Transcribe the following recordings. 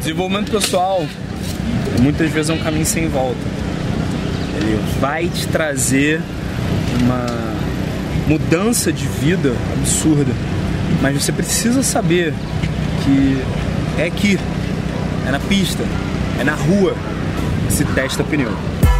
Desenvolvimento pessoal muitas vezes é um caminho sem volta. Ele vai te trazer uma mudança de vida absurda, mas você precisa saber que é aqui, é na pista, é na rua que se testa pneu.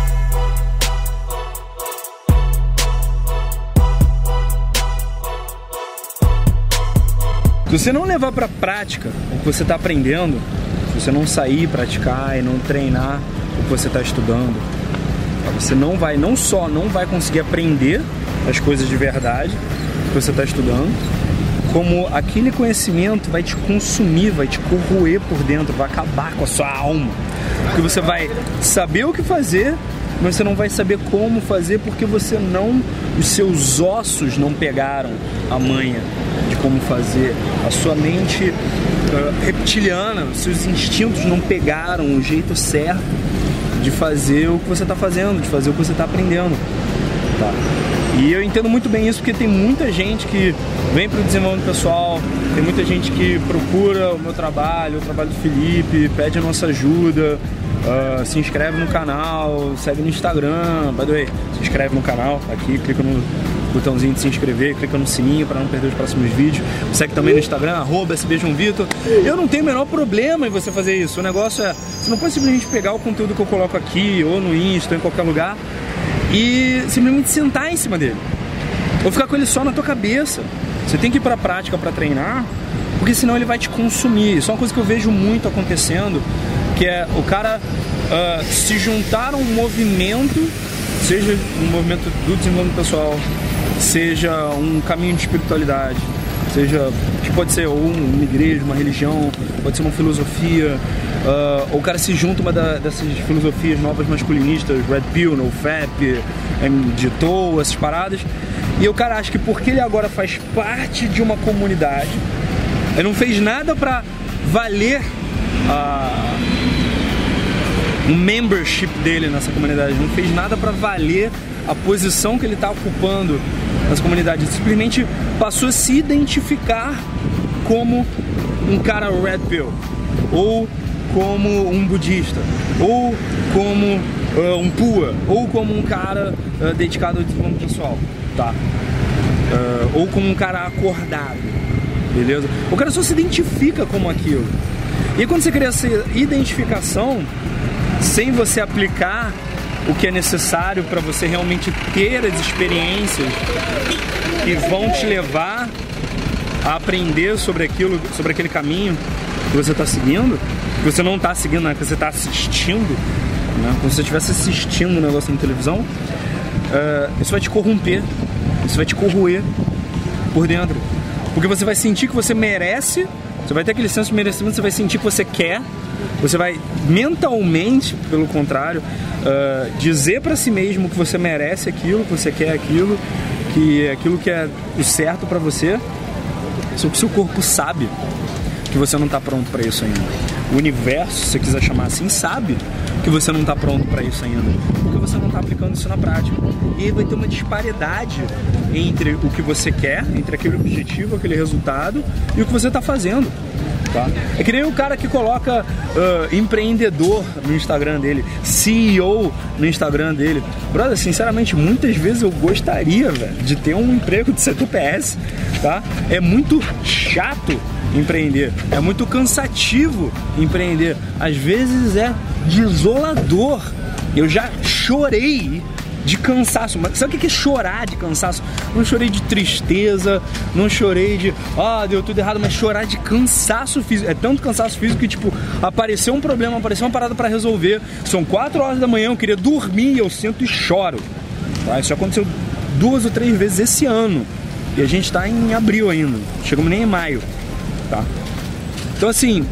Se você não levar para prática o que você está aprendendo, se você não sair, praticar e não treinar o que você está estudando, você não só não vai conseguir aprender as coisas de verdade que você está estudando, como aquele conhecimento vai te consumir, vai te corroer por dentro, vai acabar com a sua alma. Porque você vai saber o que fazer, mas você não vai saber como fazer, porque os seus ossos não pegaram a manha de como fazer. A sua mente reptiliana, os seus instintos não pegaram o jeito certo de fazer o que você está fazendo, de fazer o que você está aprendendo. Tá? E eu entendo muito bem isso, porque tem muita gente que vem para o desenvolvimento pessoal, tem muita gente que procura o meu trabalho, o trabalho do Felipe, pede a nossa ajuda, se inscreve no canal, segue no Instagram, by the way, se inscreve no canal, aqui, clica no botãozinho de se inscrever, clica no sininho para não perder os próximos vídeos, segue também no Instagram, @sbjoãovitor. Eu não tenho o menor problema em você fazer isso, o negócio é, você não pode simplesmente pegar o conteúdo que eu coloco aqui, ou no Insta, ou em qualquer lugar, e simplesmente sentar em cima dele, ou ficar com ele só na tua cabeça. Você tem que ir pra prática para treinar, porque senão ele vai te consumir. Isso é uma coisa que eu vejo muito acontecendo, que é o cara se juntar a um movimento, seja um movimento do desenvolvimento pessoal, seja um caminho de espiritualidade, seja, que pode ser ou uma igreja, uma religião, pode ser uma filosofia, ou o cara se junta uma dessas filosofias novas masculinistas, Red Pill, NoFap, MGTOW, essas paradas, e o cara acha que porque ele agora faz parte de uma comunidade, ele não fez nada pra valer o membership dele nessa comunidade, não fez nada pra valer a posição que ele está ocupando nessa comunidade, ele simplesmente passou a se identificar como um cara Red Pill, ou como um budista, ou como um pua, ou como um cara dedicado ao desenvolvimento pessoal, tá? Ou como um cara acordado, beleza? O cara só se identifica como aquilo. E quando você cria essa identificação, sem você aplicar o que é necessário para você realmente ter as experiências que vão te levar a aprender sobre aquilo, sobre aquele caminho que você está seguindo, que você não está seguindo, né? Que você está assistindo, né? Como se você estivesse assistindo um negócio na televisão, isso vai te corromper, isso vai te corroer por dentro, porque você vai sentir que você merece, você vai ter aquele senso de merecimento, você vai sentir que você quer, você vai mentalmente, pelo contrário, dizer para si mesmo que você merece aquilo, que você quer aquilo, que é aquilo que é o certo para você, só que o seu corpo sabe que você não está pronto para isso ainda. O universo, se você quiser chamar assim, sabe que você não está pronto para isso ainda, porque você não está aplicando isso na prática. E aí vai ter uma disparidade entre o que você quer, entre aquele objetivo, aquele resultado, e o que você está fazendo. Tá? É que nem o cara que coloca empreendedor no Instagram dele, CEO no Instagram dele. Brother, sinceramente, muitas vezes eu gostaria, velho, de ter um emprego de CTPS, tá? É muito chato empreender, é muito cansativo empreender, às vezes é desolador. Eu já chorei de cansaço, mas sabe o que é chorar de cansaço? Não chorei de tristeza, não chorei de deu tudo errado, mas chorar de cansaço físico. É tanto cansaço físico que, tipo, apareceu um problema, apareceu uma parada pra resolver, são 4 horas da manhã, eu queria dormir e eu sento e choro, tá? Isso já aconteceu 2 ou 3 vezes esse ano, e a gente tá em abril ainda, chegamos nem em maio, tá? Então, assim,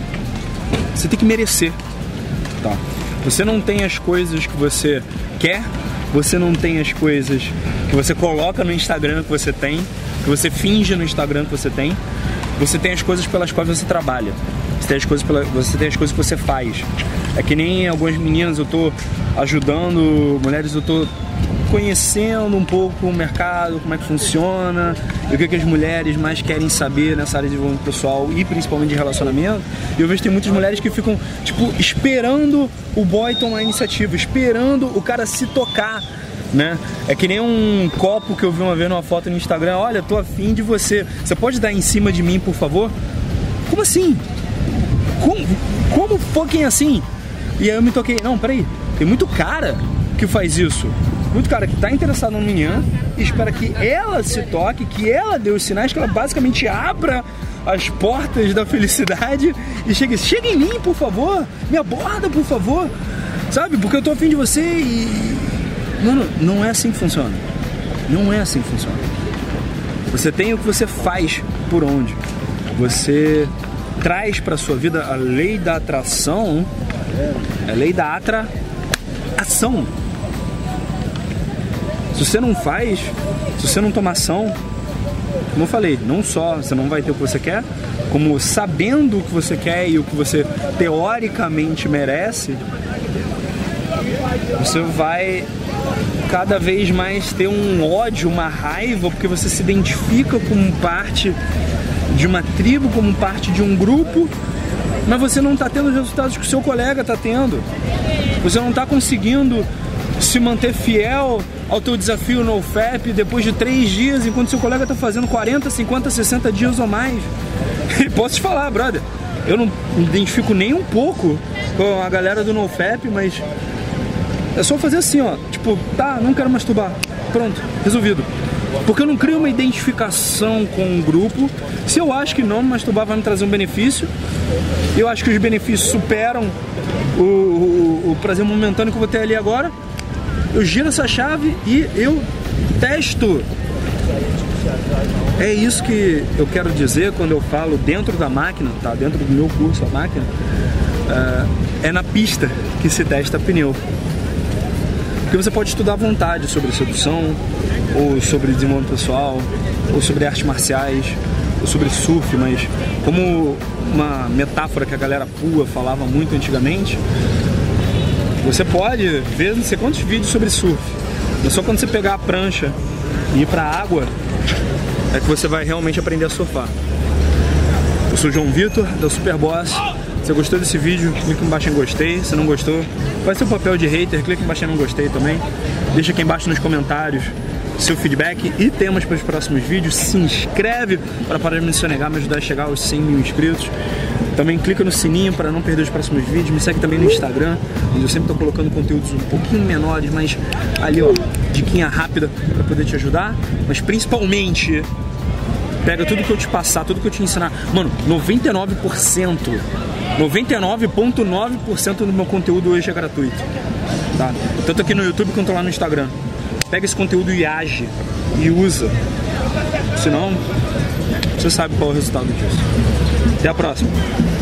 você tem que merecer, tá? Você não tem as coisas que você quer, você não tem as coisas que você coloca no Instagram que você tem, que você finge no Instagram que você tem as coisas pelas quais você trabalha, você tem as coisas que você faz. É que nem algumas meninas, eu tô ajudando mulheres, eu tô conhecendo um pouco o mercado, como é que funciona, e o que as mulheres mais querem saber nessa área de desenvolvimento pessoal e principalmente de relacionamento. E eu vejo que tem muitas mulheres que ficam, tipo, esperando o boy tomar a iniciativa, esperando o cara se tocar, né? É que nem um copo que eu vi uma vez numa foto no Instagram: olha, tô afim de você pode dar em cima de mim, por favor? Como assim? Como fucking assim? E aí eu me toquei, não, peraí, tem muito cara que faz isso, muito cara que tá interessado na menina e espera que ela se toque, que ela dê os sinais, que ela basicamente abra as portas da felicidade e chega em mim, por favor, me aborda, por favor, sabe? Porque eu tô afim de você e... Mano, não é assim que funciona. Não é assim que funciona. Você tem o que você faz por onde. Você traz pra sua vida a lei da atração, a lei da atração. Se você não faz, se você não tomar ação, como eu falei, não só você não vai ter o que você quer, como sabendo o que você quer e o que você teoricamente merece, você vai cada vez mais ter um ódio, uma raiva, porque você se identifica como parte de uma tribo, como parte de um grupo, mas você não está tendo os resultados que o seu colega está tendo. Você não está conseguindo se manter fiel ao teu desafio NoFap depois de 3 dias, enquanto seu colega está fazendo 40, 50, 60 dias ou mais. E posso te falar, brother, eu não me identifico nem um pouco com a galera do NoFap, mas é só fazer assim, ó, tipo, tá, não quero masturbar, pronto, resolvido. Porque eu não crio uma identificação com um grupo. Se eu acho que não masturbar vai me trazer um benefício, eu acho que os benefícios superam o prazer momentâneo que eu vou ter ali agora, eu giro essa chave e eu testo. É isso que eu quero dizer quando eu falo dentro da máquina, tá? Dentro do meu curso, a máquina, é na pista que se testa pneu. Porque você pode estudar à vontade sobre sedução, ou sobre desenvolvimento pessoal, ou sobre artes marciais, ou sobre surf, mas como uma metáfora que a galera pua falava muito antigamente, você pode ver não sei quantos vídeos sobre surf, mas só quando você pegar a prancha e ir pra água é que você vai realmente aprender a surfar. Eu sou o João Vitor, da Superboss. Se você gostou desse vídeo, clica embaixo em gostei. Se não gostou, vai ser o papel de hater, clica embaixo em não gostei também. Deixa aqui embaixo nos comentários seu feedback e temas para os próximos vídeos. Se inscreve para parar de me sonegar, me ajudar a chegar aos 100 mil inscritos. Também clica no sininho para não perder os próximos vídeos. Me segue também no Instagram, onde eu sempre estou colocando conteúdos um pouquinho menores, mas ali, ó, diquinha rápida para poder te ajudar. Mas principalmente, pega tudo que eu te passar, tudo que eu te ensinar. Mano, 99,9% do meu conteúdo hoje é gratuito, tá? Tanto aqui no YouTube quanto lá no Instagram. Pega esse conteúdo e age, e usa. Senão, você sabe qual é o resultado disso. Até a próxima.